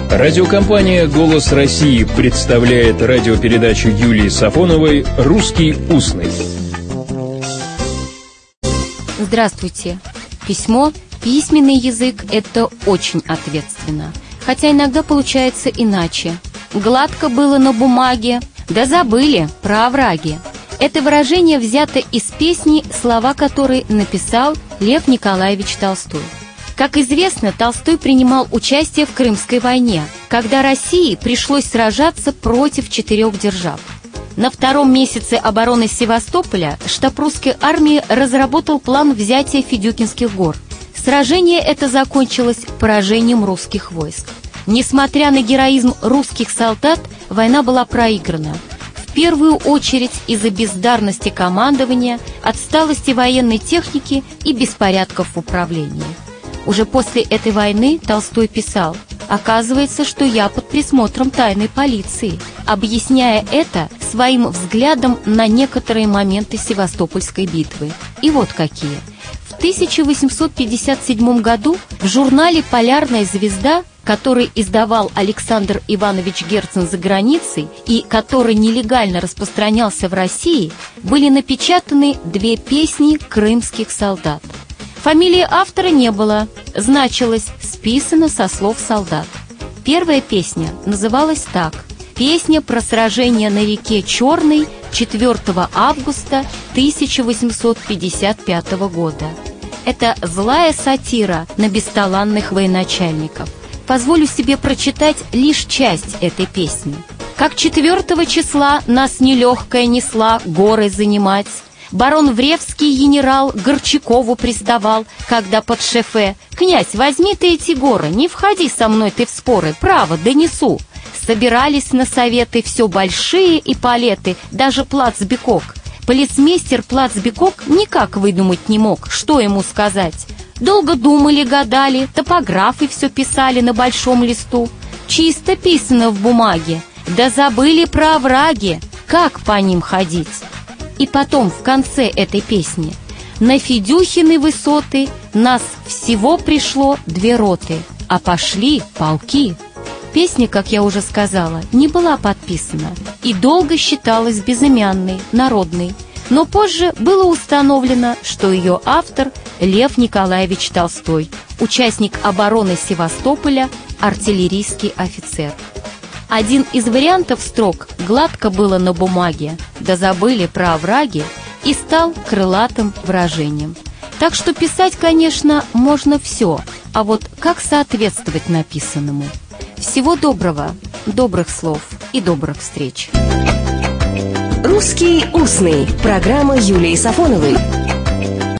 Радиокомпания «Голос России» представляет радиопередачу Юлии Сафоновой «Русский устный». Здравствуйте. Письмо, письменный язык – это очень ответственно. Хотя иногда получается иначе. Гладко было на бумаге, да забыли про овраги. Это выражение взято из песни, слова которой написал Лев Николаевич Толстой. Как известно, Толстой принимал участие в Крымской войне, когда России пришлось сражаться против 4 держав. На втором месяце обороны Севастополя штаб русской армии разработал план взятия Федюкинских гор. Сражение это закончилось поражением русских войск. Несмотря на героизм русских солдат, война была проиграна. В первую очередь из-за бездарности командования, отсталости военной техники и беспорядков в управлении. Уже после этой войны Толстой писал: «Оказывается, что я под присмотром тайной полиции», объясняя это своим взглядом на некоторые моменты Севастопольской битвы. И вот какие. В 1857 году в журнале «Полярная звезда», который издавал Александр Иванович Герцен за границей и который нелегально распространялся в России, были напечатаны 2 песни крымских солдат. Фамилии автора не было, значилось «списано со слов солдат». Первая песня называлась так: «Песня про сражение на реке Черной 4 августа 1855 года». Это злая сатира на бесталанных военачальников. Позволю себе прочитать лишь часть этой песни. «Как 4 числа нас нелегкая несла горы занимать, барон Вревский генерал Горчакову приставал, когда под шефе: «Князь, возьми ты эти горы, не входи со мной ты в споры, право, донесу». Собирались на советы все большие и палеты, даже плацбекок. Полицмейстер плацбекок никак выдумать не мог, что ему сказать. Долго думали, гадали, топографы все писали на большом листу. Чисто писано в бумаге, да забыли про овраги, как по ним ходить. И потом в конце этой песни: «На Федюхины высоты нас всего пришло 2 роты, а пошли полки». Песня, как я уже сказала, не была подписана и долго считалась безымянной, народной. Но позже было установлено, что ее автор Лев Николаевич Толстой, участник обороны Севастополя, артиллерийский офицер. Один из вариантов строк «гладко было на бумаге, да забыли про овраги» и стал крылатым выражением. Так что писать, конечно, можно все, а вот как соответствовать написанному? Всего доброго, добрых слов и добрых встреч. «Русский устный». Программа Юлии Сафоновой.